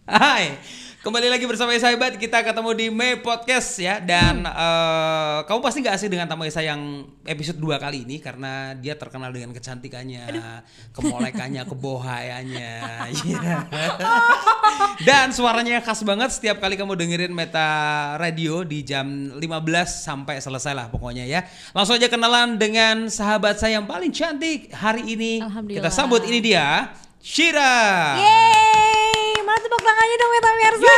Hai, kembali lagi bersama sahabat. Kita ketemu di Mei Podcast ya. Dan kamu pasti gak asing dengan tamu saya yang episode 2 kali ini, karena dia terkenal dengan kecantikannya, kemolekannya, kebohayanya. Dan suaranya khas banget setiap kali kamu dengerin Meta Radio di jam 15 sampai selesai lah pokoknya ya. Langsung aja kenalan dengan sahabat saya yang paling cantik hari ini. Kita sambut, ini dia Shira. Yeay, mana tepuk tangannya dong Meta Mirsa.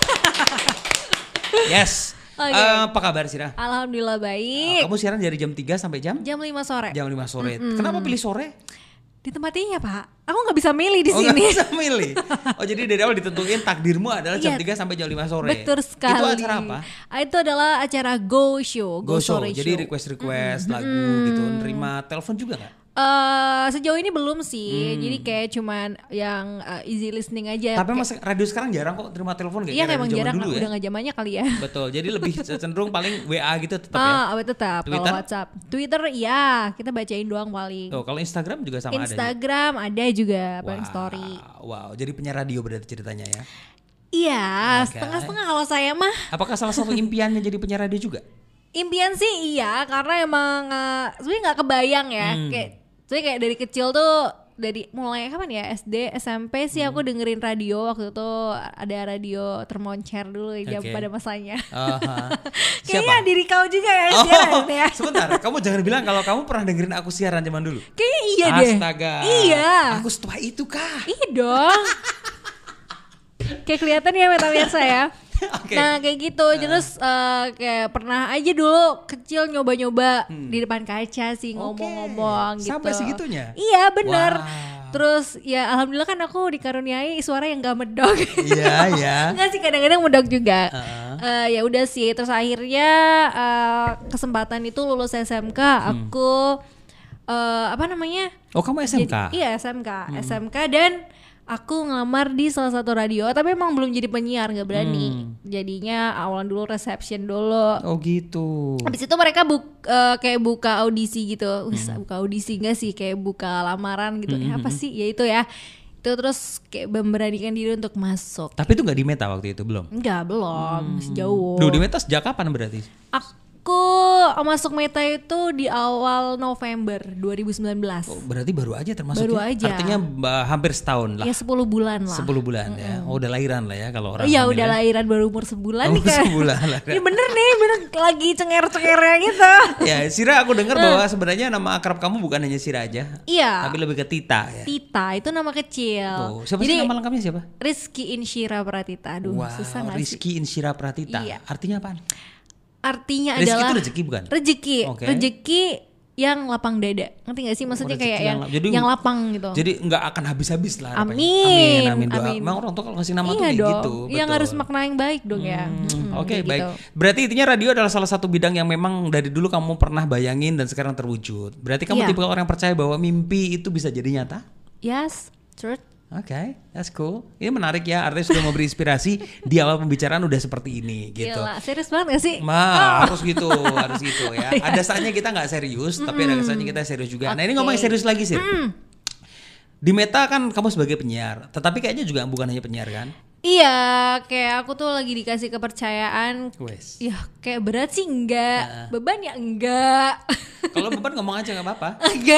Yes. Okay. Apa kabar Shira? Alhamdulillah baik. Kamu siaran dari jam 3 sampai jam 5 sore. Jam 5 sore. Kenapa pilih sore? Di tempat ini ya Pak. Aku gak bisa milih di sini. Gak bisa milih. Oh jadi dari awal ditentuin takdirmu adalah jam 3 sampai jam 5 sore. Betul sekali. Itu acara apa? Itu adalah acara Go Show. Go Show. Sore Jadi Show. request lagu gitu. Nerima telepon juga gak? Sejauh ini belum sih. Jadi kayak cuman yang easy listening aja. Tapi mas radio sekarang jarang kok terima telepon kayak iya, radio emang zaman jarang, dulu ya. udah gak zamannya kali ya. Betul. Jadi lebih cenderung paling WA gitu tetap ya. Tetap. Kalau Twitter? WhatsApp, Twitter ya kita bacain doang paling. Tuh, kalau Instagram juga sama ada. Instagram ada juga paling story. Wow, jadi penyiar radio berarti ceritanya ya. Iya, Okay. setengah-setengah kalau saya mah. Apakah salah satu impiannya jadi penyiar radio juga? Impian sih iya, karena emang sebenarnya nggak kebayang ya. Kayak dari kecil tuh, dari mulai kapan ya, SD, SMP sih aku dengerin radio. Waktu itu ada radio termoncer dulu jam pada masanya. Kayaknya diri kau juga ya siaran ya. Sebentar, kamu jangan bilang kalau kamu pernah dengerin aku siaran zaman dulu. Kayaknya iya deh. Astaga. Iya. Aku setua itu kah? Iya dong. Kayak kelihatan ya Meta Mirsa ya. Okay. Nah kayak gitu. Terus kayak pernah aja dulu kecil nyoba-nyoba di depan kaca sih, ngomong-ngomong gitu. Sampai segitunya? Iya bener. Wow. Terus ya alhamdulillah kan aku dikaruniai suara yang gak medok. Iya ya. Enggak sih, kadang-kadang medok juga. Ya udah sih. Terus akhirnya kesempatan itu lulus SMK. Aku apa namanya? Oh kamu SMK? Iya SMK dan aku ngelamar di salah satu radio, tapi emang belum jadi penyiar, nggak berani. Jadinya awalan dulu reception dulu. Oh gitu. Habis itu mereka kayak buka audisi gitu. Buka audisi enggak sih, kayak buka lamaran gitu. Apa sih? Ya itu ya. Itu terus kayak memberanikan diri untuk masuk. Tapi itu nggak di Meta waktu itu belum? Enggak, belum, masih jauh. Duh, di Meta sejak kapan berarti? Aku masuk Meta itu di awal November 2019. Oh, berarti baru aja termasuk. Baru ya? aja. Artinya hampir setahun lah. Ya 10 bulan lah. 10 bulan ya. Oh, udah lahiran lah ya kalau orang. Iya hamil udah ya. lahiran baru umur sebulan nih kan. Sebulan lah. Ini bener lagi cenger-cengernya gitu. Ya, Shira, aku dengar bahwa sebenarnya nama akrab kamu bukan hanya Shira aja. Iya. Tapi lebih ke Tita ya. Tita itu nama kecil. Tuh, siapa sih nama lengkapnya siapa? Rizky Insyira Pratita. Aduh, Wow, susah gak sih? Rizky Insyira Pratita. Iya. Artinya apaan? Artinya Rezeki adalah itu rezeki bukan? Rezeki. Oke. Rezeki yang lapang dada. Ngerti gak sih? Maksudnya rezeki kayak jadi, yang lapang gitu. Jadi nggak akan habis-habis lah. Amin. Amin. Doa. Amin. Memang orang tua kalau ngasih nama tuh Iya kayak dong. gitu. Yang betul. harus makna yang baik dong ya. Oke, kayak baik. gitu. Berarti intinya radio adalah salah satu bidang yang memang dari dulu kamu pernah bayangin dan sekarang terwujud. Berarti kamu Iya. tipe orang yang percaya bahwa mimpi itu bisa jadi nyata? Yes, truth. Oke, that's cool. Ini menarik ya, artinya sudah memberi inspirasi di awal pembicaraan udah seperti ini gitu. Gila, serius banget gak sih? Harus gitu ya. Ada saatnya kita nggak serius, tapi ada saatnya kita serius juga. Nah ini ngomongin serius lagi sih. Di Meta kan kamu sebagai penyiar, tetapi kayaknya juga bukan hanya penyiar kan? Iya, kayak aku tuh lagi dikasih kepercayaan. Wes. Ya kayak berat sih enggak, beban ya enggak. Kalau beban ngomong aja nggak apa-apa.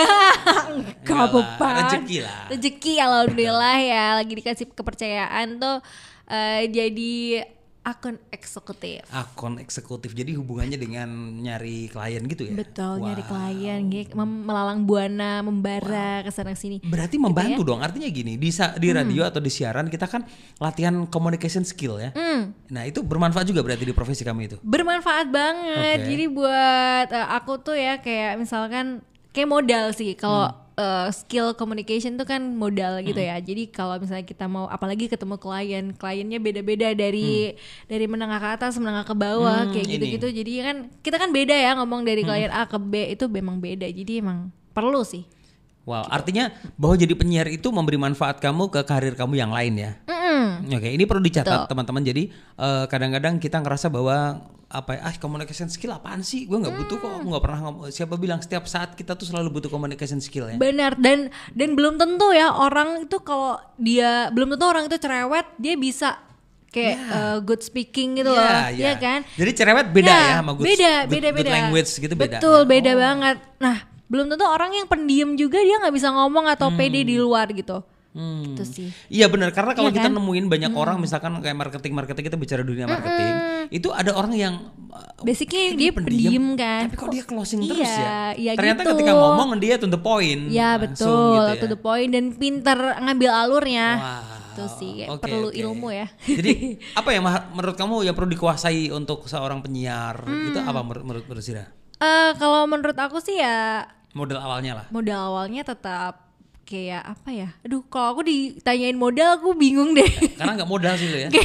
Enggak lah, beban. rezeki lah. Rezeki alhamdulillah ya, lagi dikasih kepercayaan tuh jadi akun eksekutif. Akun eksekutif, jadi hubungannya dengan nyari klien gitu ya? Betul, nyari klien, melalang buana, membara kesana sini. Berarti membantu dong, artinya gini, di radio atau di siaran kita kan latihan communication skill ya. Nah itu bermanfaat juga berarti di profesi kamu itu? Bermanfaat banget. Oke. Jadi buat aku tuh ya kayak misalkan kayak modal sih kalau skill communication tuh kan modal gitu ya. Jadi kalau misalnya kita mau apalagi ketemu kliennya beda-beda dari menengah ke atas, menengah ke bawah kayak gitu-gitu. Jadi kan kita kan beda ya ngomong dari klien A ke B itu memang beda. Jadi emang perlu sih. Wow, artinya bahwa jadi penyiar itu memberi manfaat kamu ke karir kamu yang lain ya. Oke, ini perlu dicatat teman-teman. Jadi kadang-kadang kita ngerasa bahwa communication skill apaan sih? Gue nggak butuh kok. Nggak pernah siapa bilang setiap saat kita tuh selalu butuh communication skill ya. Benar, dan belum tentu ya orang itu kalau dia belum tentu orang itu cerewet dia bisa kayak good speaking gitu loh, ya kan? Jadi cerewet beda ya sama good language gitu beda. Betul, beda banget. Nah, belum tentu orang yang pendiam juga dia nggak bisa ngomong atau pede di luar gitu. Gitu sih. Iya benar, karena kalau kita nemuin banyak orang misalkan kayak marketing kita bicara dunia marketing, itu ada orang yang basicnya dia pendiam kan. Tapi kok dia closing terus ya? gitu. Ternyata ketika ngomong dia to the point. Ya betul, gitu ya. to the point dan pinter ngambil alurnya. Wow. Itu sih perlu ilmu ya. Jadi apa yang menurut kamu yang perlu dikuasai untuk seorang penyiar? Itu apa menurut Sira? Kalau menurut aku sih ya modal awalnya lah. Modal awalnya tetap kayak apa ya? Aduh, kalau aku ditanyain modal aku bingung deh. Karena nggak modal sih lo ya.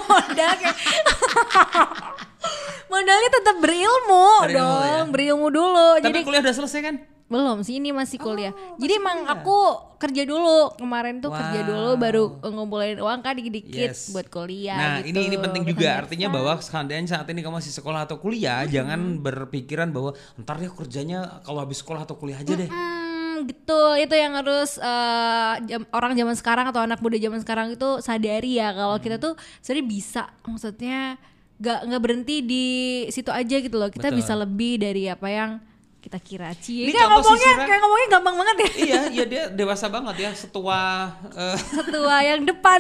Modalnya tetap berilmu dong, berilmu dulu. Tapi jadi kuliah udah selesai kan? Belum sih, ini masih kuliah. Jadi emang aku kerja dulu kemarin tuh, kerja dulu baru ngumpulin uang kan dikit-dikit buat kuliah. Nah gitu. ini penting juga, artinya bahwa seandainya saat ini kamu masih sekolah atau kuliah, jangan berpikiran bahwa ntar dia kerjanya kalau habis sekolah atau kuliah aja deh. Gitu, itu yang harus orang zaman sekarang atau anak muda zaman sekarang itu sadari ya, kalau kita tuh sebenarnya bisa, maksudnya nggak berhenti di situ aja gitu loh, kita bisa lebih dari apa yang kita kira. Kayak ngomongnya gampang banget ya. Iya dia dewasa banget ya, setua yang depan.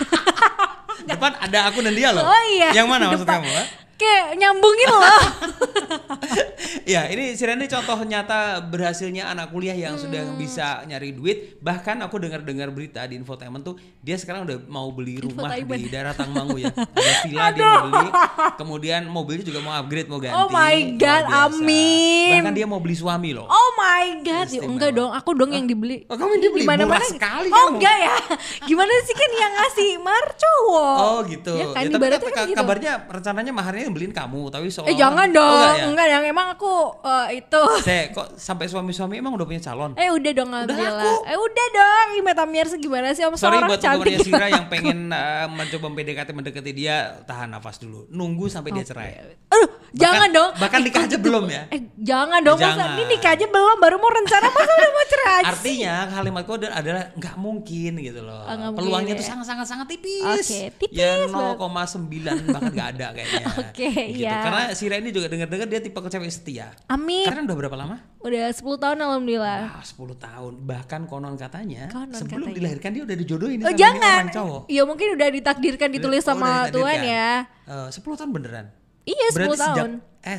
Depan ada aku dan dia loh. Oh iya. Yang mana maksud kamu? Kayak nyambungin loh. Ya ini Sira ini contoh nyata berhasilnya anak kuliah yang sudah bisa nyari duit. Bahkan aku dengar berita di infotainment tuh, dia sekarang udah mau beli rumah di daerah Tangmangu ya. Ada villa dia mau beli. Kemudian mobilnya juga mau upgrade, mau ganti. Oh my god, amin. Bahkan dia mau beli suami loh. Oh my god, enggak dong, aku dong yang dibeli. Oh, kamu yang dibeli? Murah sekali. Oh enggak ya. Gimana sih, kan yang ngasih mahar cowok. Oh gitu. Ya kan, tapi kan kabarnya rencananya maharnya yang beliin kamu, tapi soal jangan dong. Enggak yang emang aku itu. Kok sampai suami-suami emang udah punya calon? Udah dong, alhamdulillah. Udah dong. Metamirsa gimana sih, Sorry buat teman-temannya Sira yang pengen mencoba mendekati dia, tahan nafas dulu. Nunggu sampai dia cerai. Jangan dong. Bahkan nikah aja belum ya? Jangan dong. Masa ini nikah aja belum, baru mau rencana, masa udah mau cerai? Artinya kalimatku adalah nggak mungkin gitu loh. Peluangnya tuh sangat tipis. Tipis. Ya 0,9 bahkan nggak ada kayaknya. Gitu. Iya. Karena Sira ini juga dengar-dengar dia tipe cewek setia. Amin. Karena udah berapa lama? Udah 10 tahun alhamdulillah. 10 tahun. Bahkan konon katanya sebelum dilahirkan dia udah dijodohin sama orang cowok. Ya mungkin udah ditakdirkan, ditulis sama Tuhan ya. 10 tahun beneran? Iya, 10 tahun.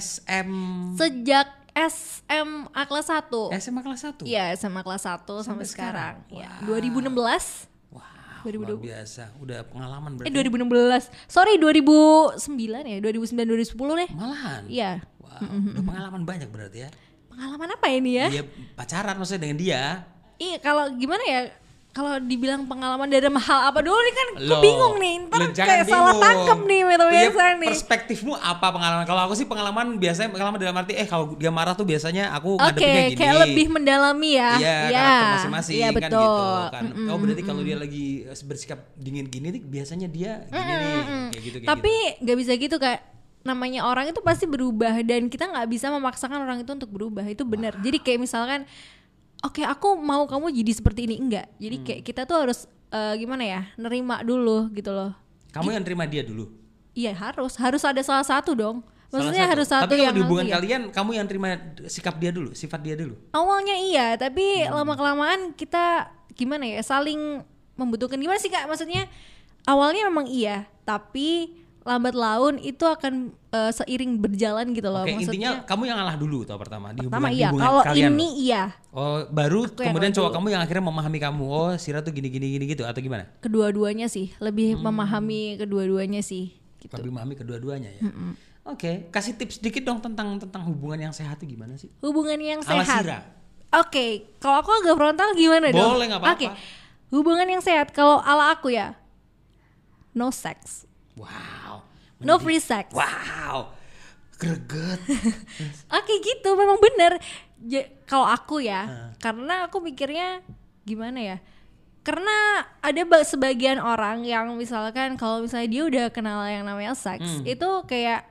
Sejak SMA kelas 1. SMA kelas 1? Iya, SMA kelas 1 sampai sekarang. Ya, 2016. Luar biasa, udah pengalaman berarti. 2016. Sorry, 2009 ya, 2009 2010 deh. Malahan. Iya. Udah pengalaman banyak berarti ya. Pengalaman apa ini ya? Iya, pacaran maksudnya dengan dia. Iya, kalau gimana ya? Kalau dibilang pengalaman dari hal apa dulu nih kan, aku bingung nih. Ntar kayak salah tangkep nih biasa nih. Perspektifmu apa pengalaman? Kalau aku sih pengalaman biasanya dalam arti kalau dia marah tuh biasanya aku ngadepinnya gini. Kayak lebih mendalami ya. Iya, karakter masing-masing kan betul. Gitu kan. Berarti kalau dia lagi bersikap dingin gini nih biasanya dia gini nih, kayak gitu. Tapi nggak bisa gitu, kayak namanya orang itu pasti berubah dan kita nggak bisa memaksakan orang itu untuk berubah, itu benar. Jadi kayak misalkan oke, aku mau kamu jadi seperti ini, enggak. Jadi kayak kita tuh harus gimana ya, nerima dulu gitu loh. Kamu yang terima dia dulu? Iya, harus ada salah satu dong. Maksudnya harus satu. Tapi yang kalau di hubungan kalian, kamu yang terima sikap dia dulu, sifat dia dulu? Awalnya iya, tapi lama-kelamaan kita gimana ya, saling membutuhkan. Gimana sih Kak, maksudnya awalnya memang iya, tapi lambat laun itu akan seiring berjalan gitu loh. Oke, intinya kamu yang ngalah dulu tau pertama di hubungan iya. Kalau kalian. Ini iya. Oh, baru kemudian cowok kamu yang akhirnya memahami kamu. Oh, Sira tuh gini gitu atau gimana? Kedua-duanya sih, lebih memahami kedua-duanya sih. Gitu. Lebih memahami kedua-duanya ya. Oke, kasih tips dikit dong tentang hubungan yang sehat itu gimana sih? Hubungan yang ala sehat. Sira. Oke, kalau aku agak frontal gimana dong? Boleh, nggak apa-apa. Oke, hubungan yang sehat kalau ala aku ya, no sex. Wow. No free sex. Wow. Greget. Oke, gitu, memang bener. Kalau aku ya, karena aku mikirnya gimana ya? Karena ada sebagian orang yang misalkan kalau misalnya dia udah kenal yang namanya seks, itu kayak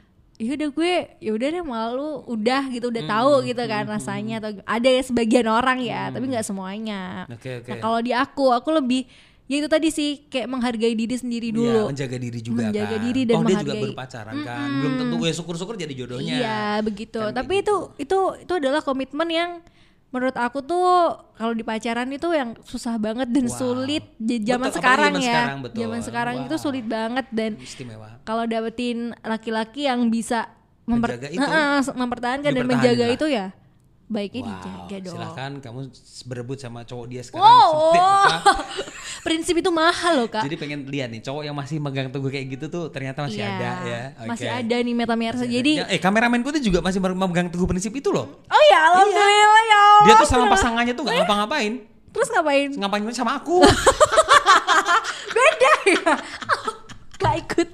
ya udah deh, malu udah gitu, udah tahu gitu kan rasanya. Atau ada ya sebagian orang ya, tapi nggak semuanya. Okay. Nah, kalau di aku lebih ya itu tadi sih kayak menghargai diri sendiri dulu. Iya, menjaga diri juga menjaga kan. diri dan dia menghargai. juga baru pacaran kan. Belum tentu gue syukur-syukur jadi jodohnya. Iya, begitu. Kan Tapi itu adalah komitmen yang menurut aku tuh kalau di pacaran itu yang susah banget dan sulit di zaman Betul, sekarang apalagi ya. sekarang, betul. Zaman sekarang itu sulit banget dan istimewa. kalau dapetin laki-laki yang bisa Menjaga itu. mempertahankan dan Dipertahanin menjaga lah. itu ya baiknya dijaga dong. Silahkan kamu berebut sama cowok dia sekarang Wow, seperti apa. prinsip itu mahal loh Kak. Jadi pengen lihat nih cowok yang masih megang teguh kayak gitu tuh ternyata masih Iya, ada ya. Masih Oke. ada nih Metamirsa. Masih Jadi ada. Kameramenku tuh juga masih memegang teguh prinsip itu loh. oh ya alhamdulillah ya Allah. Dia tuh sama pasangannya tuh gak ngapa-ngapain. Terus ngapain? Ngapain sama aku. Beda ya. Gak ikut.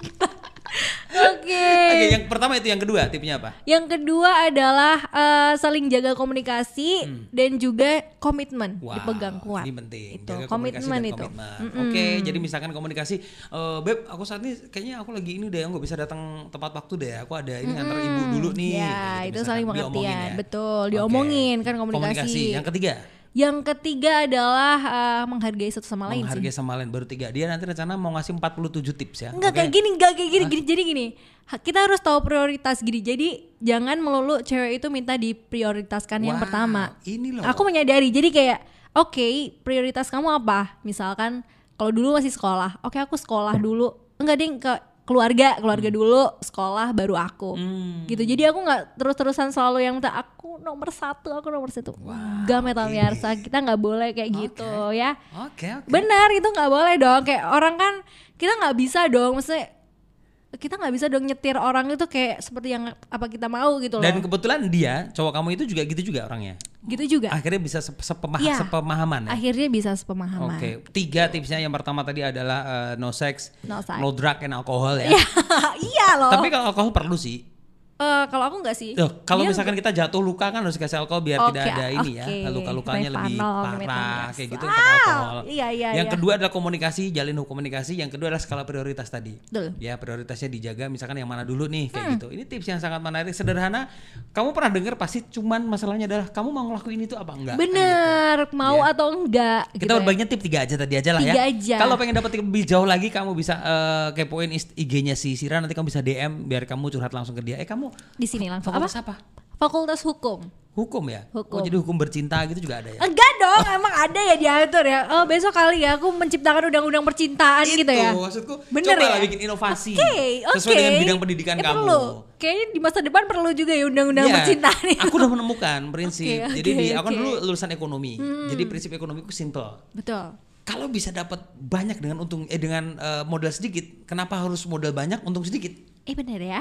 Oke. Oke, yang pertama itu, yang kedua tipnya apa? Yang kedua adalah saling jaga komunikasi dan juga komitmen dipegang kuat. Ini penting. Itu Jaga komitmen komunikasi dan itu. komitmen. Oke, jadi misalkan komunikasi, Beb, aku saat ini kayaknya aku lagi ini deh, nggak bisa datang tepat waktu deh. Aku ada ini antar ibu dulu nih. Ya, gitu, itu misalkan. saling Diomongin pengertian. ya. Betul, diomongin kan komunikasi. Yang ketiga? Yang ketiga adalah menghargai satu sama lain sih. Menghargai sama lain, baru 3. Dia nanti rencana mau ngasih 47 tips ya. Enggak kayak gini, Jadi gini, kita harus tahu prioritas gini. Jadi jangan melulu cewek itu minta diprioritaskan yang pertama. Ini loh. Aku menyadari. Jadi kayak oke, prioritas kamu apa? Misalkan kalau dulu masih sekolah. Oke, aku sekolah dulu. Enggak ding, ke keluarga dulu, sekolah baru aku. Gitu. Jadi aku enggak terus-terusan selalu yang minta aku nomor satu. Enggak, Metamirsa, kita enggak boleh kayak gitu ya. Oke. Benar, itu nggak boleh dong. Kayak orang kan kita nggak bisa dong, maksudnya kita nggak bisa dong nyetir orang itu kayak seperti yang apa kita mau gitu loh. Dan kebetulan dia, cowok kamu itu juga gitu juga orangnya. Gitu juga. Akhirnya bisa sepemahaman ya. Akhirnya bisa sepemahaman. Oke, 3 tipsnya. Yang pertama tadi adalah no sex, no drug and alcohol ya. Iya loh. Tapi kalau alkohol perlu sih. Kalau aku nggak sih. Kalau misalkan kita jatuh luka kan harus dikasih alkohol biar tidak ada ini ya, luka-lukanya lebih parah kayak gitu pakai alkohol. Iya. Yang kedua adalah komunikasi, jalin komunikasi. Yang kedua adalah skala prioritas tadi. Betul. Ya, prioritasnya dijaga, misalkan yang mana dulu nih kayak gitu. Ini tips yang sangat menarik, sederhana. Kamu pernah dengar pasti, cuman masalahnya adalah kamu mau ngelakuin itu apa enggak? Bener, gitu. mau atau enggak. Kita gitu berbaginya tip 3 aja tadi aja lah ya. 3 aja. Kalau pengen dapat lebih jauh lagi, kamu bisa kepoin IG-nya si Sira, nanti kamu bisa DM biar kamu curhat langsung ke dia. Kamu di sini langsung. fakultas apa? Fakultas Hukum. Hukum ya? Hukum. Oh, jadi hukum bercinta gitu juga ada ya? Enggak dong, emang ada ya diatur ya. Oh, besok kali ya aku menciptakan undang-undang percintaan itu, gitu ya. Maksudku, bener coba ya? lah bikin inovasi Oke. sesuai dengan bidang pendidikan kamu. Perlu. Kayaknya di masa depan perlu juga ya undang-undang percintaan itu. Aku udah menemukan prinsip. Jadi aku kan dulu lulusan ekonomi. Jadi prinsip ekonomiku simple. Betul. Kalau bisa dapat banyak dengan modal sedikit, kenapa harus modal banyak untung sedikit? Bener ya.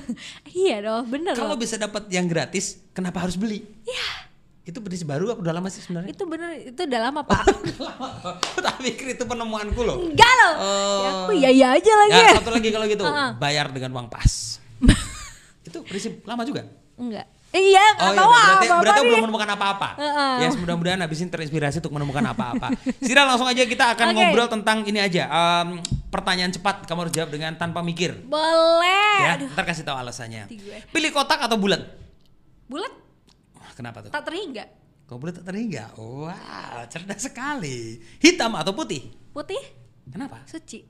Iya dong, bener. Kalau bisa dapat yang gratis, kenapa harus beli? Iya. Itu prinsip baru, aku udah lama sih sebenarnya. Itu bener, itu udah lama Pak. Tapi pikir itu penemuanku loh. Enggak loh. Ya aku iya aja lagi. Ya, satu lagi kalau gitu, bayar dengan uang pas. Itu prinsip lama juga? Enggak. Iya, nggak tahu berarti belum menemukan apa-apa. Ya, mudah-mudahan habis ini terinspirasi untuk menemukan apa-apa. Sira, langsung aja kita akan ngobrol tentang ini aja. Pertanyaan cepat, kamu harus jawab dengan tanpa mikir. Boleh. Ya, ntar kasih tahu alasannya. Pilih kotak atau bulat? Bulat. Kenapa tuh? Tak terhingga. Kok bulat tak terhingga? Wow, cerdas sekali. Hitam atau putih? Putih. Kenapa? Suci.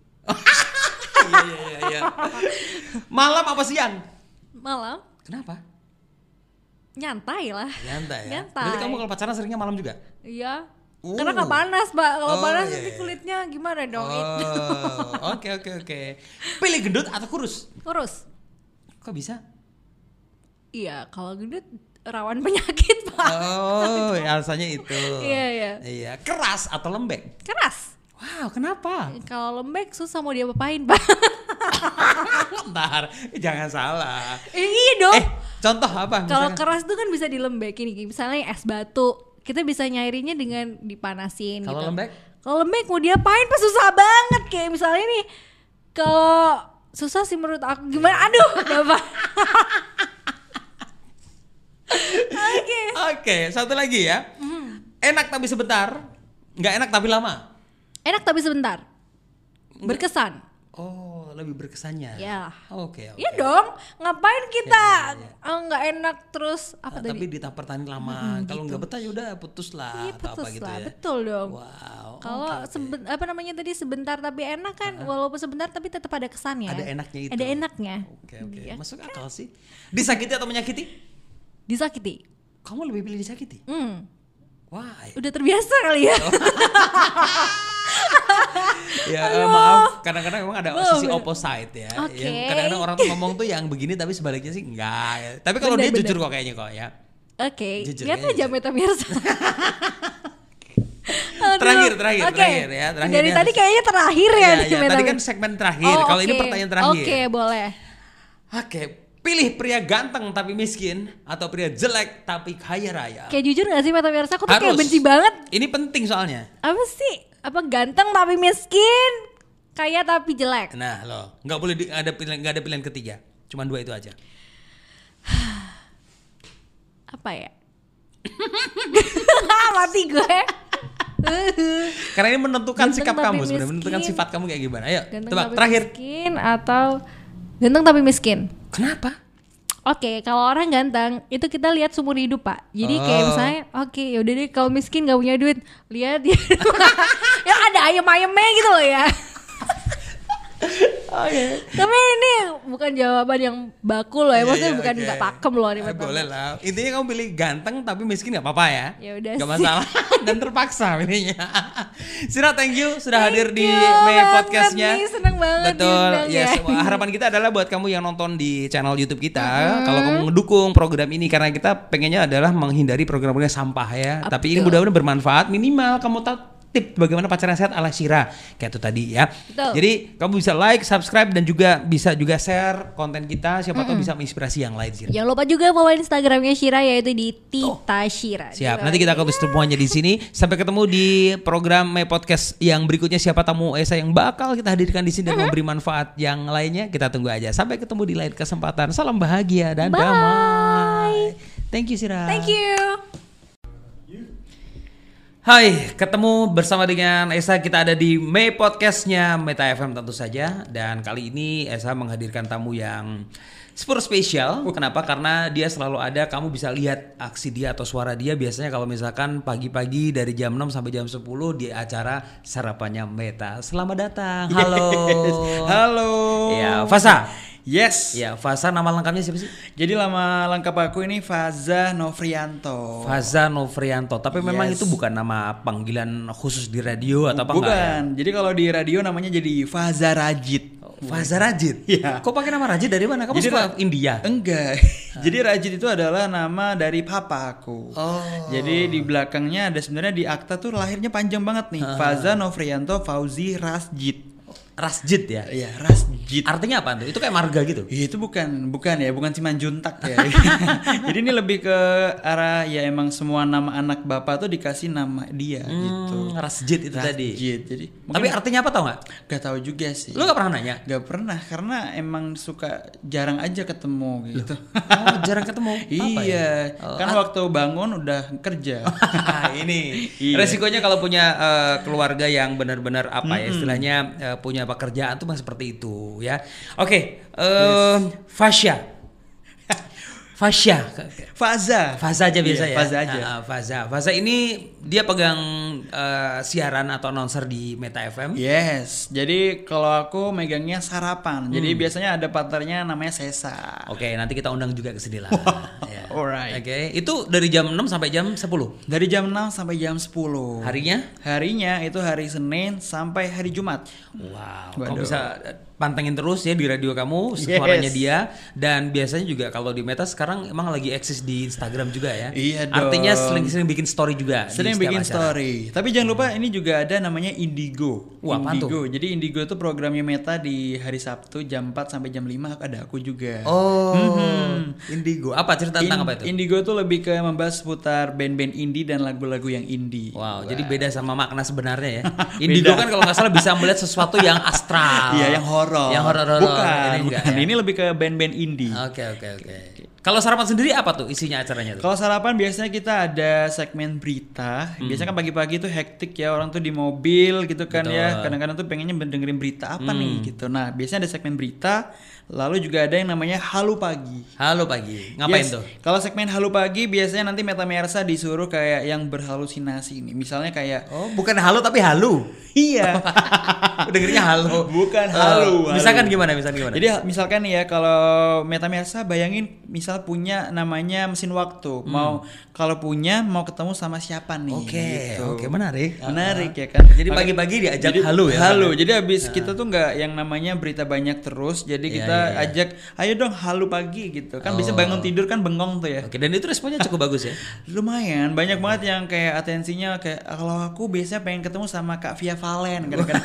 Iya. Malam apa siang? Malam. Kenapa? Nyantai lah. Nyantai ya. Nyantai. Berarti kamu kalau pacaran seringnya malam juga? Iya. Karena nggak panas, Mbak. Kalau panas nanti kulitnya gimana dong? Oke. Pilih gendut atau kurus? Kurus. Kok bisa? Iya, kalau gendut rawan penyakit, Pak. Oh, alasannya itu. Iya. Keras atau lembek? Keras. Wow, kenapa? Kalau lembek susah mau diapa-apain, Pak. Ntar, jangan salah. Iya dong. Contoh apa? Kalau keras itu kan bisa dilembekin, misalnya es batu. Kita bisa nyairinya dengan dipanasin. Kalau gitu. lembek? Kalau lembek mau diapain Pak, susah banget. Kayak misalnya nih, kalau susah sih menurut aku. Gimana? Aduh, Bapak. Oke, satu lagi ya. Enak tapi sebentar, nggak enak tapi lama. Enak tapi sebentar. Berkesan. Oh, lebih berkesannya. Ya. Oke. Iya dong, ngapain kita nggak enak terus tapi di tahap pertanian lama. Kalau gitu. nggak betah ya udah putus lah. Iya, atau putus apa gitu lah, ya. betul dong. Wow. Kalau tadi sebentar tapi enak kan, walaupun sebentar tapi tetap ada kesannya. Ada enaknya itu. Ada enaknya. Oke. Iya. Masuk akal sih. Disakiti atau menyakiti? Disakiti. Kamu lebih pilih disakiti? Why? Udah terbiasa kali ya. Maaf, kadang-kadang memang ada sisi opposite ya. Oke. Yang kadang-kadang orang tuh ngomong tuh yang begini tapi sebaliknya sih enggak. Ya. Tapi kalau dia jujur kok kayaknya kok ya. Oke. Jujur Lihat kayaknya aja Metaverse. Terakhir ya. Dari tadi kayaknya terakhir ya. Iya, tadi kan segmen terakhir. Kalau ini pertanyaan terakhir. Oke, boleh. Oke, pilih pria ganteng tapi miskin atau pria jelek tapi kaya raya? Kayak jujur gak sih Metaverse? Aku tuh kayak benci banget. Ini penting soalnya. Apa sih? Apa ganteng tapi miskin, kaya tapi jelek? Nah loh, nggak boleh nggak ada pilihan ketiga. Cuman 2 itu aja. Apa ya? Mati gue. Karena ini menentukan Ganteng sikap tapi kamu sebenarnya, miskin. menentukan sifat kamu kayak gimana. Ayo, Ganteng tebak tapi terakhir. Miskin atau ganteng tapi miskin? Kenapa? Oke, kalau orang ganteng itu kita lihat seumur hidup, Pak. Jadi kayak misalnya, oke, yaudah deh kalau miskin gak punya duit, lihat ya, ya ada ayam-ayamnya gitu loh ya. Tapi ini bukan jawaban yang baku loh ya, maksudnya bukan nggak pakem loh nih. Boleh lah. Intinya kamu pilih ganteng tapi miskin nggak apa-apa ya. Ya udah. Gak masalah dan terpaksa pilihnya. Sira, thank you sudah hadir di Mei Podcastnya. Seneng banget. Betul. Ya. Harapan kita adalah buat kamu yang nonton di channel YouTube kita, kalau kamu ngedukung program ini karena kita pengennya adalah menghindari program-program sampah ya. Tapi ini mudah-mudahan bermanfaat. Minimal kamu tahu tip bagaimana pacaran sehat ala Syira kayak itu tadi ya. Betul. Jadi kamu bisa like, subscribe dan juga bisa share konten kita. Siapa tahu bisa menginspirasi yang lain, Syira. Jangan lupa juga follow Instagramnya Syira yaitu di Tita Syira. Siap. Nanti kita akan tutup semuanya di sini. Sampai ketemu di program My Podcast yang berikutnya. Siapa tamu Esa yang bakal kita hadirkan di sini dan memberi manfaat yang lainnya. Kita tunggu aja. Sampai ketemu di lain kesempatan. Salam bahagia dan damai. Thank you, Syira. Thank you. Hai, ketemu bersama dengan Esa. Kita ada di Mei Podcastnya Meta FM tentu saja. Dan kali ini Esa menghadirkan tamu yang super spesial. Kenapa? Karena dia selalu ada. Kamu bisa lihat aksi dia atau suara dia biasanya kalau misalkan pagi-pagi dari jam 6 sampai jam 10 di acara Sarapannya Meta. Selamat datang. Halo. Halo. Ya, Faza. Yes. Ya, Faza nama lengkapnya siapa sih? Jadi nama lengkap aku ini Faza Novrianto. Faza Novrianto. Tapi memang itu bukan nama panggilan khusus di radio atau apa enggak? Bukan. Jadi kalau di radio namanya jadi Faza Rajid. Faza Rajid? Iya. Kok pakai nama Rajid dari mana? Kamu Jadi suka India? Enggak. Jadi Rajid itu adalah nama dari papa aku. Jadi di belakangnya ada sebenarnya di akta tuh lahirnya panjang banget nih. Faza Novrianto Fauzi Rasjid. Rasjid ya? Iya, Rasjid. Artinya apa tuh? Itu kayak marga gitu? Itu bukan Simanjuntak ya. Jadi ini lebih ke arah ya emang semua nama anak bapak tuh dikasih nama dia gitu. Rasjid itu tadi. Jadi Tapi artinya apa tau gak? gak tahu juga sih. Lu gak pernah nanya? Gak pernah karena emang suka jarang aja ketemu gitu. Oh, jarang ketemu. Apa iya, ya? kan waktu bangun udah kerja. Ini Iya. resikonya kalau punya keluarga yang benar-benar apa ya istilahnya punya pekerjaan tuh masih seperti itu ya. Oke, Fasya. Faza aja biasa Iya, ya. Faza aja. Faza ini dia pegang siaran atau announcer di Meta FM. Yes, jadi kalau aku megangnya sarapan. Jadi biasanya ada partnernya namanya Sesa. Oke, nanti kita undang juga ke sini lah. Ya. Alright. Oke, itu dari jam 6 sampai jam 10. Dari jam 6 sampai jam 10. Harinya? Harinya itu hari Senin sampai hari Jumat. Wow, kamu Waduh. bisa pantengin terus ya di radio kamu suaranya dia. Dan biasanya juga kalau di Meta sekarang emang lagi eksis di Instagram juga ya. Iya dong. Artinya sering bikin story juga. Sering di setiap bikin acara. story. Tapi jangan lupa ini juga ada namanya Indigo. Wah, apaan Indigo. Jadi Indigo itu programnya Meta di hari Sabtu jam 4 sampai jam 5 ada aku juga. Oh, Indigo. Apa cerita tentang apa itu? Indigo tuh lebih ke membahas seputar band-band indie dan lagu-lagu yang indie. Wow, jadi beda sama makna sebenarnya ya. Indigo kan kalau nggak salah bisa melihat sesuatu yang astral. Iya, yang horor. Yang horor. Bukan, Ini enggak bukan. ya? Ini lebih ke band-band indie. Oke. Kalau sarapan sendiri apa tuh isinya acaranya tuh? Kalau sarapan biasanya kita ada segmen berita. Biasanya kan pagi-pagi tuh hektik ya, orang tuh di mobil gitu kan. Betul. Ya. Kadang-kadang tuh pengennya dengerin berita apa nih gitu. Nah, biasanya ada segmen berita. Lalu juga ada yang namanya Halo Pagi. Halo Pagi. Ngapain tuh? Kalau segmen Halo Pagi biasanya nanti Metamersa disuruh kayak yang berhalusinasi nih. Misalnya kayak Oh, bukan halo tapi halu. iya. Dengernya halo. Bukan halu. Misalkan gimana? Misalkan gimana? Jadi misalkan nih ya, kalau Metamersa bayangin misal punya namanya mesin waktu. Kalau punya mau ketemu sama siapa nih? Oke, menarik. Menarik ya kan. Jadi pagi-pagi diajak halo ya. Halo. Jadi habis kita tuh nggak yang namanya berita banyak terus. Jadi kita ajak, ayo dong halo pagi gitu. Kan bisa bangun tidur kan bengong tuh ya. Oke, dan itu responnya cukup bagus ya. Lumayan, banyak banget yang kayak atensinya kayak kalau aku biasanya pengen ketemu sama Kak Via Valen kadang-kadang.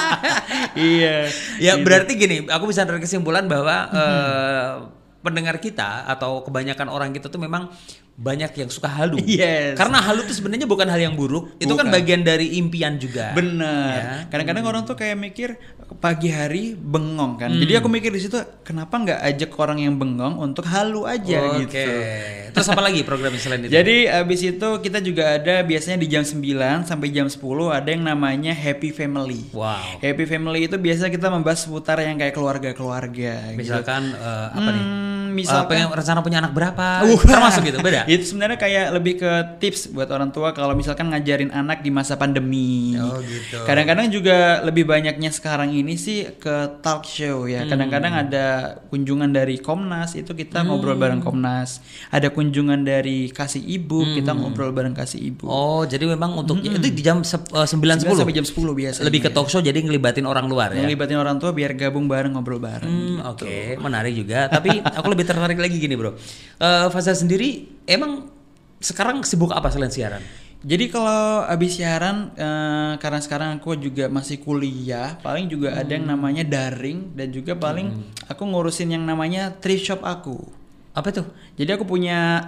Iya. Ya gitu. berarti gini, aku bisa tarik kesimpulan bahwa pendengar kita atau kebanyakan orang kita tuh memang banyak yang suka halu. Yes. Karena halu tuh sebenarnya bukan hal yang buruk, itu kan Bukan. bagian dari impian juga. Bener. Ya. Kadang-kadang orang tuh kayak mikir pagi hari bengong kan. Jadi aku mikir di situ kenapa nggak ajak orang yang bengong untuk halu aja Oke. gitu. Terus apa lagi program selain itu? Jadi abis itu kita juga ada biasanya di jam 9 sampai jam 10 ada yang namanya Happy Family. Wow. Happy Family itu biasa kita membahas seputar yang kayak keluarga-keluarga. Misalkan apa nih? Misalkan pengen rencana punya anak berapa? Termasuk gitu, beda. Itu sebenarnya kayak lebih ke tips buat orang tua kalau misalkan ngajarin anak di masa pandemi. Oh gitu. Kadang-kadang juga lebih banyaknya sekarang ini sih ke talk show ya. Kadang-kadang ada kunjungan dari Komnas, itu kita ngobrol bareng Komnas. Ada kunjungan dari Kasih Ibu, kita ngobrol bareng Kasih Ibu. Oh, jadi memang untuk itu di jam 9.10 sampai jam 10 biasanya. Lebih ke talk show, jadi ngelibatin orang luar ya. Ngelibatin orang tua biar gabung bareng, ngobrol bareng. Oke, menarik juga. Tapi aku lebih tertarik lagi gini, Bro. Faza sendiri emang sekarang sibuk apa selain siaran? Jadi kalau abis siaran, karena sekarang aku juga masih kuliah, paling juga ada yang namanya daring dan juga paling aku ngurusin yang namanya thrift shop aku. Apa tuh? Jadi aku punya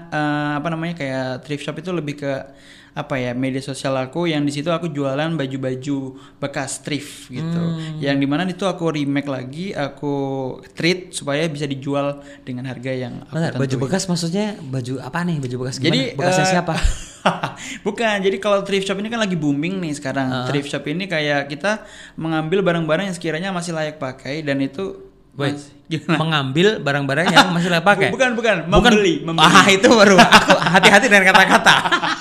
kayak thrift shop itu lebih ke media sosial aku yang di situ aku jualan baju-baju bekas thrift gitu. Yang dimana itu aku remake lagi, aku treat supaya bisa dijual dengan harga yang aku tentuin. Baju bekas maksudnya baju apa nih? Baju bekas gimana? Jadi Bekasnya siapa? Bukan, jadi kalau thrift shop ini kan lagi booming nih sekarang. Thrift shop ini kayak kita mengambil barang-barang yang sekiranya masih layak pakai dan itu mengambil barang-barang yang masih layak pakai. Bukan, membeli. Ah, itu baru. Aku hati-hati dengan kata-kata.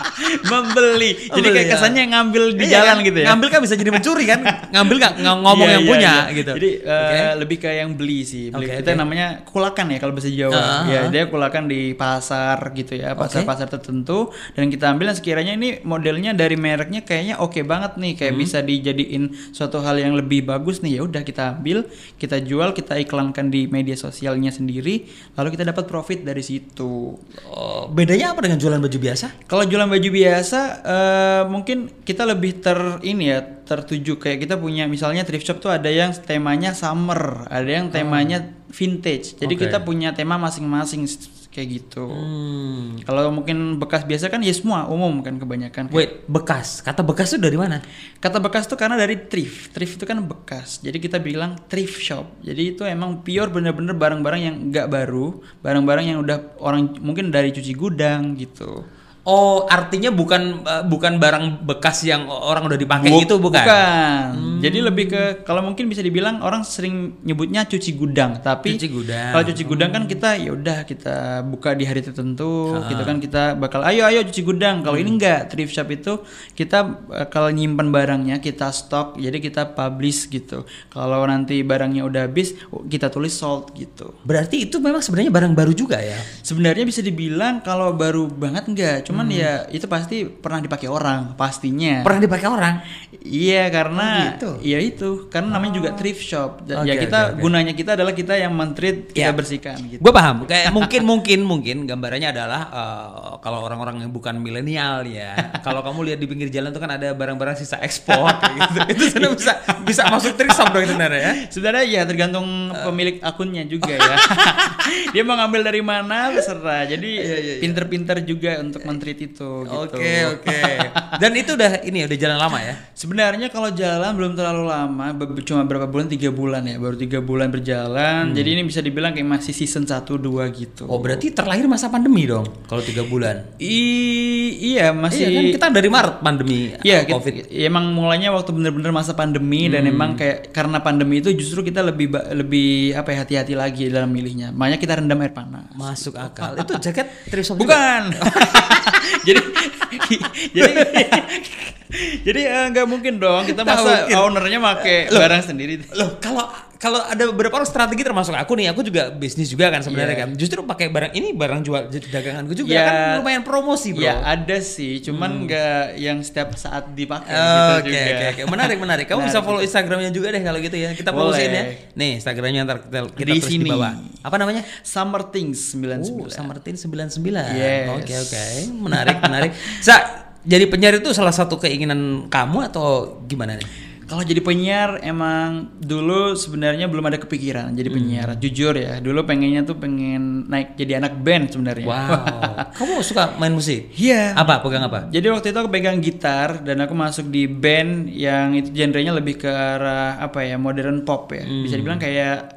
Membeli. Jadi kayak kesannya ngambil di Iya, jalan kan? gitu ya. Ngambil kan bisa jadi mencuri kan? Ngambil nggak ngomong yang punya gitu. Jadi lebih kayak yang beli sih. Kita namanya kulakan ya kalau bahasa Jawa. Ya, dia kulakan di pasar gitu ya, pasar-pasar tertentu dan kita ambil yang sekiranya ini modelnya dari mereknya kayaknya oke banget nih, kayak bisa dijadiin suatu hal yang lebih bagus nih. Ya udah kita ambil, kita jual, kita iklankan di media sosialnya sendiri, lalu kita dapat profit dari situ. Oh, bedanya apa dengan jualan baju biasa? Kalau jualan baju biasa, mungkin kita lebih tertuju kayak kita punya misalnya thrift shop tuh ada yang temanya summer, ada yang temanya vintage. Jadi kita punya tema masing-masing kayak gitu. Kalau mungkin bekas biasa kan ya semua umum kan kebanyakan. Wait, bekas. Kata bekas itu dari mana? Kata bekas tuh karena dari thrift. Thrift itu kan bekas. Jadi kita bilang thrift shop. Jadi itu emang pure bener-bener barang-barang yang nggak baru, barang-barang yang udah orang mungkin dari cuci gudang gitu. Oh, artinya bukan barang bekas yang orang udah dipakai gitu, bukan? Bukan. Jadi lebih ke kalau mungkin bisa dibilang orang sering nyebutnya cuci gudang, tapi Cuci gudang. kalau cuci gudang kan kita ya udah kita buka di hari tertentu, gitu kan kita bakal ayo cuci gudang. Kalau ini enggak, thrift shop itu kita kalau nyimpan barangnya kita stok, jadi kita publish gitu. Kalau nanti barangnya udah habis, kita tulis sold gitu. Berarti itu memang sebenarnya barang baru juga ya? Sebenarnya bisa dibilang kalau baru banget enggak, cuman ya itu pasti pernah dipakai orang, pastinya. Pernah dipakai orang? Iya, karena gitu. iya itu, karena namanya juga thrift shop. Ya Oke, kita oke. gunanya kita adalah kita yang men-treat, kita bersihkan gitu. Gue paham. Kayak mungkin gambarannya adalah kalau orang-orang yang bukan milenial ya. Kalau kamu lihat di pinggir jalan tuh kan ada barang-barang sisa ekspor kayak gitu. Itu sebenarnya bisa masuk thrift shop dong sebenarnya ya. Sebenarnya ya tergantung pemilik akunnya juga ya. Dia mau ngambil dari mana terserah. Jadi pinter-pinter juga untuk men-treat treat itu gitu. Oke. Dan itu udah jalan lama ya? Sebenarnya kalau jalan belum terlalu lama, cuma berapa bulan, 3 bulan ya, baru 3 bulan berjalan. Jadi ini bisa dibilang kayak masih season 1-2 gitu. Oh berarti terlahir masa pandemi dong kalau 3 bulan? Iya masih. Iya kan kita dari Maret pandemi COVID. Emang mulainya waktu bener-bener masa pandemi dan emang kayak karena pandemi itu justru kita lebih hati-hati lagi dalam milihnya. Makanya kita rendam air panas. Masuk akal. Itu jaket Trisop bukan. jadi nggak mungkin dong kita masa ownernya pakai barang sendiri. Loh kalau ada beberapa orang strategi termasuk aku juga bisnis juga kan sebenarnya kan. Justru pakai barang jual daganganku juga kan lumayan promosi bro. Ya ada sih, cuman nggak yang setiap saat dipakai gitu juga. Oke. Menarik. Kamu bisa follow Instagramnya juga deh kalau gitu ya. Kita promosiin ya. Nih Instagramnya ntar kita tulis di bawah. Apa namanya? Summer Things 99. Summer Things 99. Yes. Oke. Menarik. Jadi penyiar itu salah satu keinginan kamu atau gimana nih? Kalau jadi penyiar emang dulu sebenarnya belum ada kepikiran jadi penyiar. Jujur ya, dulu pengen naik jadi anak band sebenarnya. Wow. Kamu suka main musik? Iya. Pegang apa? Jadi waktu itu aku pegang gitar dan aku masuk di band yang itu genrenya lebih ke arah modern pop ya. Bisa dibilang kayak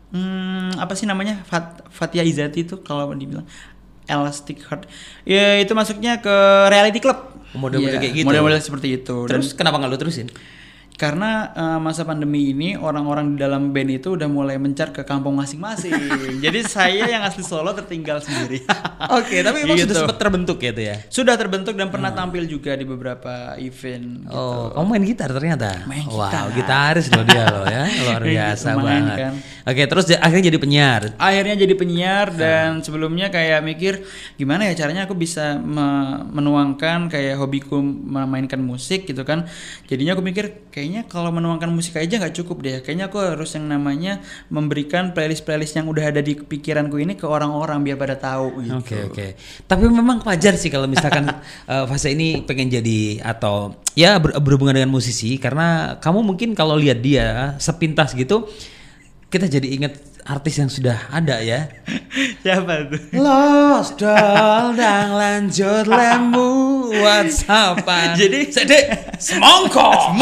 apa sih namanya? Fathia Izzati itu kalau dibilang Elastic Heart. Ya itu masuknya ke reality club. Model-model kayak gitu. Model-model seperti itu. Terus kenapa nggak lu terusin? Karena masa pandemi ini orang-orang di dalam band itu udah mulai mencar ke kampung masing-masing. Jadi saya yang asli Solo tertinggal sendiri. Oke, tapi emang sudah sempat terbentuk gitu ya? Sudah terbentuk dan pernah tampil juga di beberapa event. Oh, kamu main gitar ternyata? Main gitar. Wow, gitaris loh dia loh ya, luar biasa banget. Kan. Oke, terus akhirnya jadi penyiar? Akhirnya jadi penyiar dan sebelumnya kayak mikir gimana ya caranya aku bisa menuangkan kayak hobiku memainkan musik gitu kan. Jadinya aku mikir kayaknya kalau menuangkan musik aja nggak cukup deh. Kayaknya aku harus yang namanya memberikan playlist yang udah ada di pikiranku ini ke orang-orang biar pada tahu gitu. Oke. Tapi memang wajar sih kalau misalkan fase ini pengen jadi atau ya berhubungan dengan musisi karena kamu mungkin kalau lihat dia sepintas gitu kita jadi ingat artis yang sudah ada ya. Siapa tuh? Lost doll dan lanjut lemu WhatsAppan. Jadi semongko.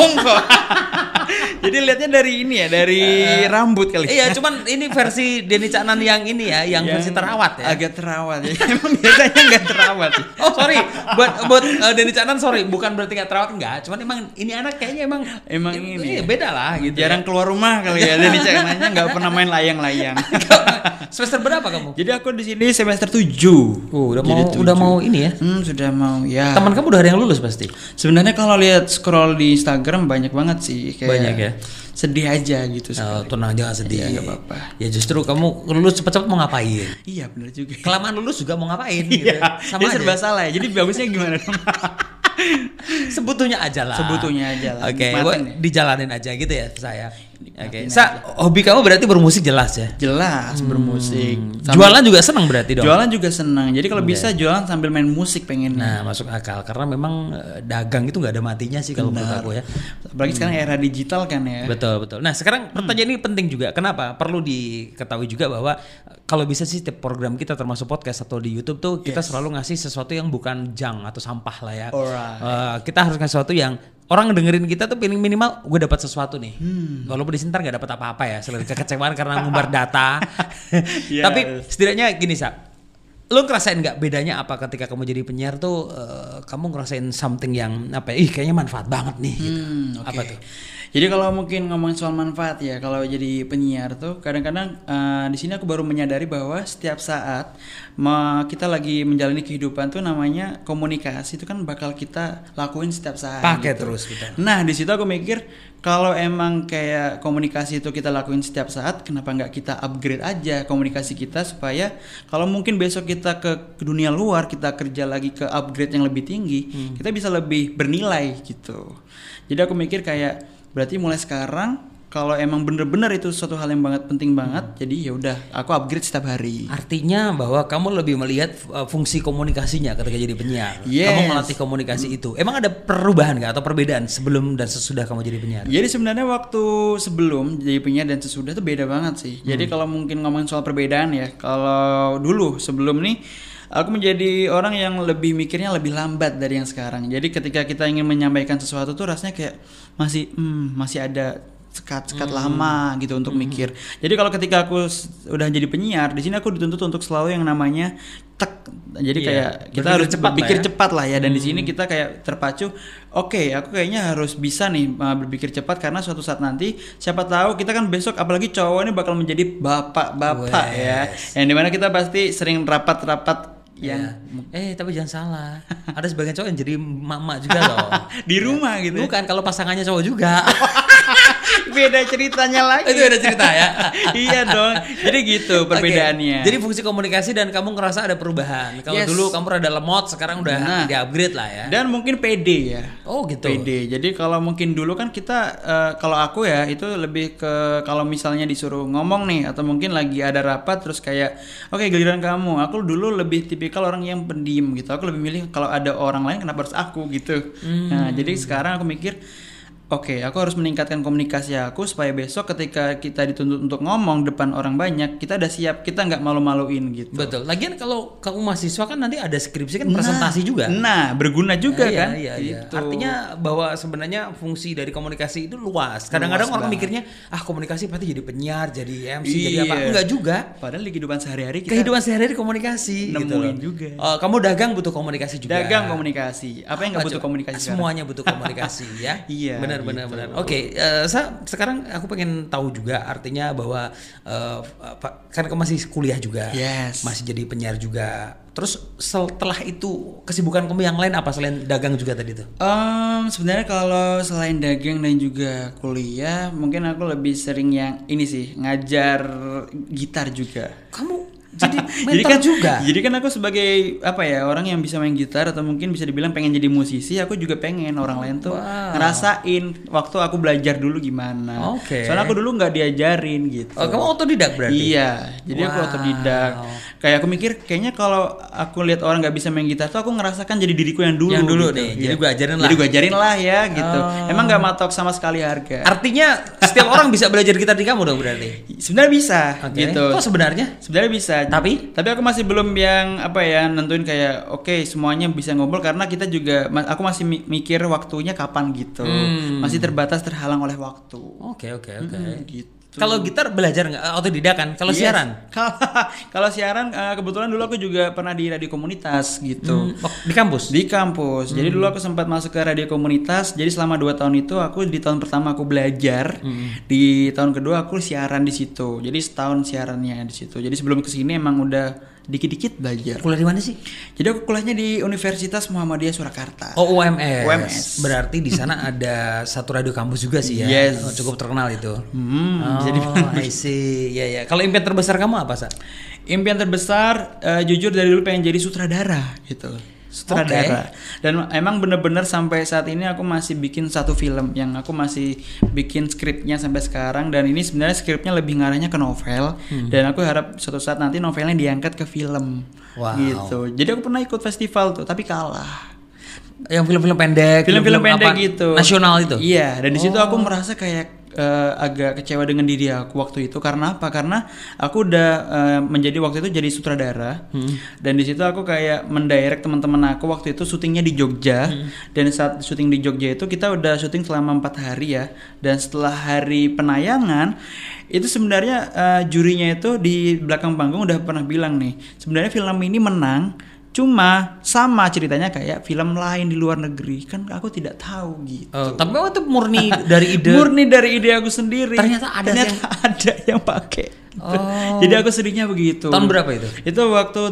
Jadi lihatnya dari ini ya, dari rambut kali. Iya, cuman ini versi Denny Caknan yang ini ya, yang versi terawat ya. Agak terawat ya. Emang biasanya nggak terawat. Oh sorry, buat Denny Caknan sorry, bukan berarti nggak terawat enggak. Cuman emang ini anak kayaknya emang ini beda lah gitu. Jarang keluar rumah kali ya Denny Caknannya, nggak pernah main layang-layang. Semester berapa kamu? Jadi aku di sini semester 7. Udah mau ini ya? Sudah mau ya. Teman kamu udah ada yang lulus pasti. Sebenarnya kalau lihat scroll di Instagram banyak banget sih kayak banyak ya. Sedih aja gitu. Tenang jangan sedih. Enggak apa-apa. Ya justru kamu lulus cepet-cepet mau ngapain? Iya benar juga. Kelamaan lulus juga mau ngapain gitu. Sama aja. Serba salah ya. Jadi bagusnya gimana dong? Sebutunya aja lah. Oke, dijalanin aja gitu ya saya. Oke. Hobi kamu berarti bermusik jelas ya? Jelas bermusik. Jualan juga senang berarti dong? Jualan juga senang. Jadi kalau bisa jualan sambil main musik pengen. Nah masuk akal karena memang dagang itu nggak ada matinya sih kalau menurut aku ya. Apalagi sekarang era digital kan ya. Betul. Nah sekarang pertanyaan ini penting juga. Kenapa? Perlu diketahui juga bahwa kalau bisa sih tiap program kita termasuk podcast atau di YouTube tuh kita selalu ngasih sesuatu yang bukan junk atau sampah lah ya. Kita harus ngasih sesuatu yang orang dengerin kita tuh minimal gue dapat sesuatu nih. Walaupun di sini ntar gak dapat apa-apa ya, selain kekecewaan karena ngumbar data. Tapi setidaknya gini lo ngerasain nggak bedanya apa ketika kamu jadi penyiar tuh kamu ngerasain something yang kayaknya manfaat banget nih gitu. Apa tuh? Jadi kalau mungkin ngomongin soal manfaat ya, kalau jadi penyiar tuh kadang-kadang di sini aku baru menyadari bahwa setiap saat kita lagi menjalani kehidupan tuh namanya komunikasi itu kan bakal kita lakuin setiap saat. Pakai gitu. Terus kita. Nah di situ aku mikir kalau emang kayak komunikasi itu kita lakuin setiap saat, kenapa nggak kita upgrade aja komunikasi kita supaya kalau mungkin besok kita ke dunia luar kita kerja lagi ke upgrade yang lebih tinggi, kita bisa lebih bernilai gitu. Jadi aku mikir kayak berarti mulai sekarang kalau emang bener-bener itu suatu hal yang penting banget, jadi ya udah aku upgrade setiap hari. Artinya bahwa kamu lebih melihat fungsi komunikasinya ketika jadi penyiar. Kamu melatih komunikasi itu. Emang ada perubahan nggak atau perbedaan sebelum dan sesudah kamu jadi penyiar? Jadi sebenarnya waktu sebelum jadi penyiar dan sesudah itu beda banget sih. Jadi kalau mungkin ngomongin soal perbedaan ya, kalau dulu sebelum nih Aku menjadi orang yang lebih mikirnya lebih lambat dari yang sekarang. Jadi ketika kita ingin menyampaikan sesuatu tuh rasanya kayak masih ada sekat lama gitu untuk mikir. Jadi kalau ketika aku udah jadi penyiar, di sini aku dituntut untuk selalu yang namanya jadi kayak kita harus berpikir cepat lah ya. Dan di sini kita kayak terpacu. Oke, aku kayaknya harus bisa nih berpikir cepat karena suatu saat nanti siapa tahu kita kan besok apalagi cowok ini bakal menjadi bapak-bapak ya. Yang dimana kita pasti sering rapat-rapat yang tapi jangan salah. Ada sebagian cowok yang jadi mama juga loh. Di rumah gitu. Bukan kalau pasangannya cowok juga. Beda ceritanya lagi. Itu beda cerita ya. Iya dong. Jadi gitu perbedaannya. Jadi fungsi komunikasi dan kamu ngerasa ada perubahan. Kalau dulu kamu rada lemot, sekarang udah di-upgrade lah ya. Dan mungkin pede ya. Oh gitu. Pede. Jadi kalau mungkin dulu kan kita kalau aku ya itu lebih ke kalau misalnya disuruh ngomong nih atau mungkin lagi ada rapat terus kayak oke, giliran kamu. Aku dulu lebih tipikal orang yang pendiam gitu. Aku lebih milih kalau ada orang lain kenapa harus aku gitu. Nah, jadi sekarang aku mikir oke, aku harus meningkatkan komunikasi aku supaya besok ketika kita dituntut untuk ngomong depan orang banyak, kita udah siap, kita nggak malu-maluin gitu. Betul. Lagian kalau kamu mahasiswa kan nanti ada skripsi kan presentasi juga. Nah, berguna juga kan. Iya. Gitu. Artinya bahwa sebenarnya fungsi dari komunikasi itu luas. Kadang-kadang orang mikirnya, komunikasi pasti jadi penyiar, jadi MC, jadi apa? Enggak juga. Padahal di kehidupan sehari-hari kita komunikasi nemuin gitu juga. Kamu dagang butuh komunikasi juga. Dagang komunikasi. Apa yang nggak butuh komunikasi? Semuanya butuh komunikasi ya. Iya. Benar. Oke, sekarang aku pengen tahu juga artinya bahwa kan kamu masih kuliah juga, masih jadi penyiar juga. Terus setelah itu kesibukan kamu yang lain apa selain dagang juga tadi tuh? Sebenarnya kalau selain dagang dan juga kuliah, mungkin aku lebih sering yang ini sih, ngajar gitar juga. Kamu jadi kan juga. Jadi kan aku sebagai orang yang bisa main gitar atau mungkin bisa dibilang pengen jadi musisi, aku juga pengen orang lain tuh ngerasain waktu aku belajar dulu gimana. Soalnya aku dulu nggak diajarin gitu. Oh, kamu otodidak berarti? Iya, jadi aku otodidak. Kayak aku mikir kayaknya kalau aku lihat orang nggak bisa main gitar tuh aku ngerasakan jadi diriku yang dulu. Yang dulu gitu. nih. Jadi gue ajarin lah ya gitu. Emang nggak matok sama sekali harga. Artinya setiap orang bisa belajar gitar di kamu dong berarti? Sebenarnya bisa gitu. Kok sebenarnya? Sebenarnya bisa. Tapi aku masih belum yang nentuin kayak semuanya bisa ngobrol karena kita juga aku masih mikir waktunya kapan gitu. Masih terbatas terhalang oleh waktu. Oke. Gitu. Kalau gitar belajar nggak otodidak kan? Kalau siaran? Kalau siaran kebetulan dulu aku juga pernah di radio komunitas gitu. Di kampus? Di kampus. Jadi dulu aku sempat masuk ke radio komunitas. Jadi selama 2 tahun itu aku di tahun pertama aku belajar. Di tahun kedua aku siaran di situ. Jadi setahun siarannya di situ. Jadi sebelum kesini emang udah dikit-dikit belajar. Kuliah di mana sih? Jadi aku kuliahnya di Universitas Muhammadiyah Surakarta. Oh, UMS. Berarti di sana ada satu radio kampus juga sih ya. Yes. Cukup terkenal itu. Jadi I see. Ya. Kalau impian terbesar kamu apa, Sa? Impian terbesar jujur dari dulu pengen jadi sutradara gitu. Sutradara. Dan emang bener-bener sampai saat ini aku masih bikin satu film yang aku masih bikin skripnya sampai sekarang, dan ini sebenarnya skripnya lebih ngarahnya ke novel dan aku harap suatu saat nanti novelnya diangkat ke film. Gitu. Jadi aku pernah ikut festival tuh tapi kalah. Yang film-film pendek, film-film pendek gitu. Nasional itu. Iya, dan di situ aku merasa kayak agak kecewa dengan diri aku waktu itu. Karena apa? Karena aku udah menjadi waktu itu jadi sutradara. Dan di situ aku kayak mendirect teman-teman aku waktu itu syutingnya di Jogja. Dan saat syuting di Jogja itu kita udah syuting selama 4 hari ya. Dan setelah hari penayangan itu sebenarnya jurinya itu di belakang panggung udah pernah bilang nih, sebenarnya film ini menang cuma sama ceritanya kayak film lain di luar negeri, kan aku tidak tahu gitu. Tapi itu murni dari ide. Murni dari ide aku sendiri. Ternyata ada yang pakai. Jadi aku sedihnya begitu. Tahun berapa itu? Itu waktu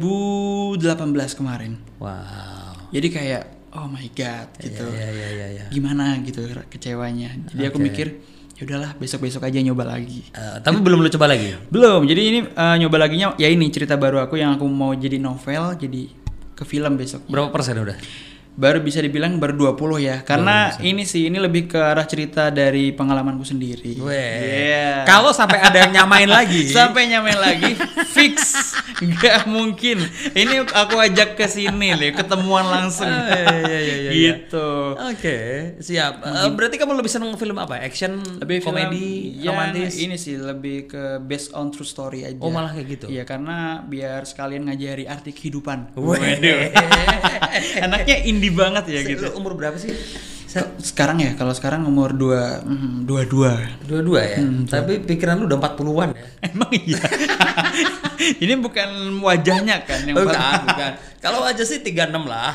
2018 kemarin. Wow. Jadi kayak oh my god gitu. Iya. Gimana gitu kecewanya. Jadi aku mikir ya udahlah besok-besok aja nyoba lagi. Tapi belum lu coba lagi? Belum. Jadi ini nyoba laginya ya ini cerita baru aku yang aku mau jadi novel jadi ke film besok. Berapa persen udah? baru bisa dibilang baru 20 ya. Karena ini lebih ke arah cerita dari pengalamanku sendiri. Yeah. Kalau sampai ada yang nyamain lagi. Sampai nyamain lagi, fix. Nggak mungkin. Ini aku ajak ke sini nih, ketemuan langsung. Gitu. Oke, siap. Berarti kamu lebih seneng film apa? Action, lebih komedi, romantis? Ini sih lebih ke based on true story aja. Oh, malah kayak gitu. Iya, karena biar sekalian ngajari arti kehidupan. Waduh. Anaknya indie banget ya gitu. Umur berapa sih? Sekarang ya, kalau sekarang umur 22 ya? Tapi pikiran lu udah 40-an ya? Emang iya? Ini bukan wajahnya kan yang bukan. Kalau wajah sih 36 lah.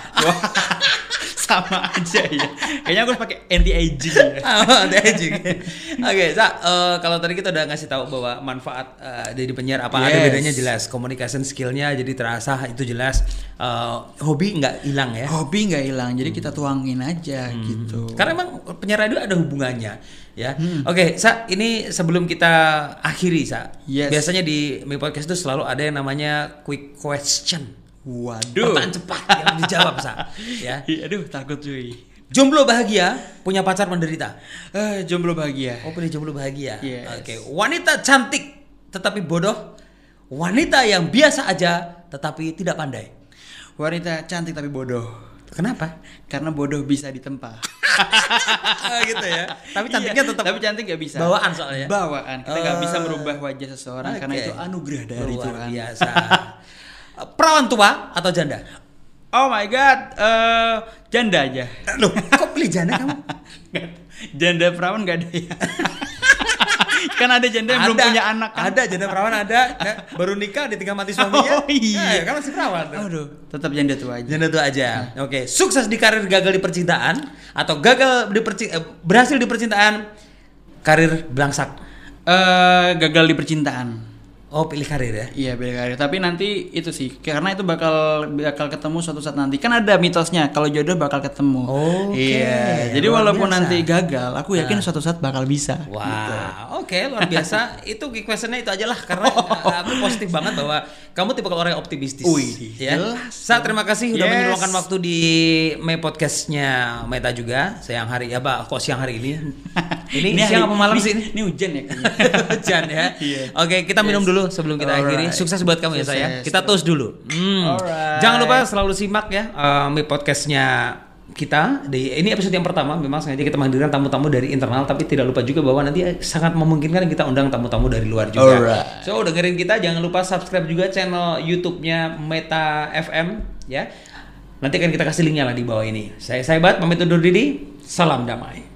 Sama aja ya. Kayaknya aku harus pakai anti aging ya. Anti-aging. Oke, kalau tadi kita udah ngasih tahu bahwa manfaat jadi penyiar apa ada bedanya jelas. Communication skill-nya jadi terasa itu jelas. Hobi nggak hilang ya? Hobi nggak hilang. Jadi kita tuangin aja gitu. Karena emang penyiar radio ada hubungannya ya. Oke, Sa, ini sebelum kita akhiri, Sa. Biasanya di My Podcast itu selalu ada yang namanya quick question. Waduh. Pertanyaan cepat yang dijawab, Sa. Ya. Aduh, takut cuy. Jomblo bahagia, punya pacar menderita. Jomblo bahagia. Oh, pilih jomblo bahagia. Yes. Oke. Wanita cantik tetapi bodoh. Wanita yang biasa aja tetapi tidak pandai. Wanita cantik tapi bodoh. Kenapa? Karena bodoh bisa ditempa. Gitu ya. Tapi cantiknya tetap. Tapi cantik gak bisa. Bawaan soalnya. Bawaan. Kita gak bisa merubah wajah seseorang karena itu anugerah dari Tuhan. Luar biasa. Perawan tua atau janda? Oh my god, janda aja. Loh, kok pilih janda kamu? Janda perawan gak ada ya? Kan ada janda yang belum punya anak kan? Ada, janda perawan ada. Baru nikah ditinggal mati suaminya. Oh iya. Kan masih perawan. Aduh, tetap janda tua aja. Janda tua aja. Oke, sukses di karir, gagal di percintaan atau berhasil di percintaan, karir belangsak. Gagal di percintaan. Oh, pilih karir ya? Iya, pilih karir. Tapi nanti itu sih, karena itu bakal ketemu suatu saat nanti. Kan ada mitosnya, kalau jodoh bakal ketemu. Oh, iya. Jadi walaupun nanti gagal, aku yakin suatu saat bakal bisa. Wah, gitu. Oke, luar biasa. Itu questionnya itu aja lah, karena aku positif banget bahwa kamu tipe orang yang optimistis. Ya. Sa, terima kasih sudah menyumbangkan waktu di My Podcast-nya Meta juga. Siang hari ini. Ini siang apa malam sih? Ini hujan ya. Hujan ya. Oke, kita minum dulu sebelum kita akhiri. Sukses buat kamu ya saya. Kita toast dulu. Jangan lupa selalu simak ya My Podcast-nya kita. Ini episode yang pertama. Memang sengaja kita menghadirkan tamu-tamu dari internal, tapi tidak lupa juga bahwa nanti sangat memungkinkan kita undang tamu-tamu dari luar juga. So dengerin kita. Jangan lupa subscribe juga channel YouTube-nya Meta FM ya. Nanti akan kita kasih linknya lah di bawah ini. Saya Bat pamit undur diri. Salam damai.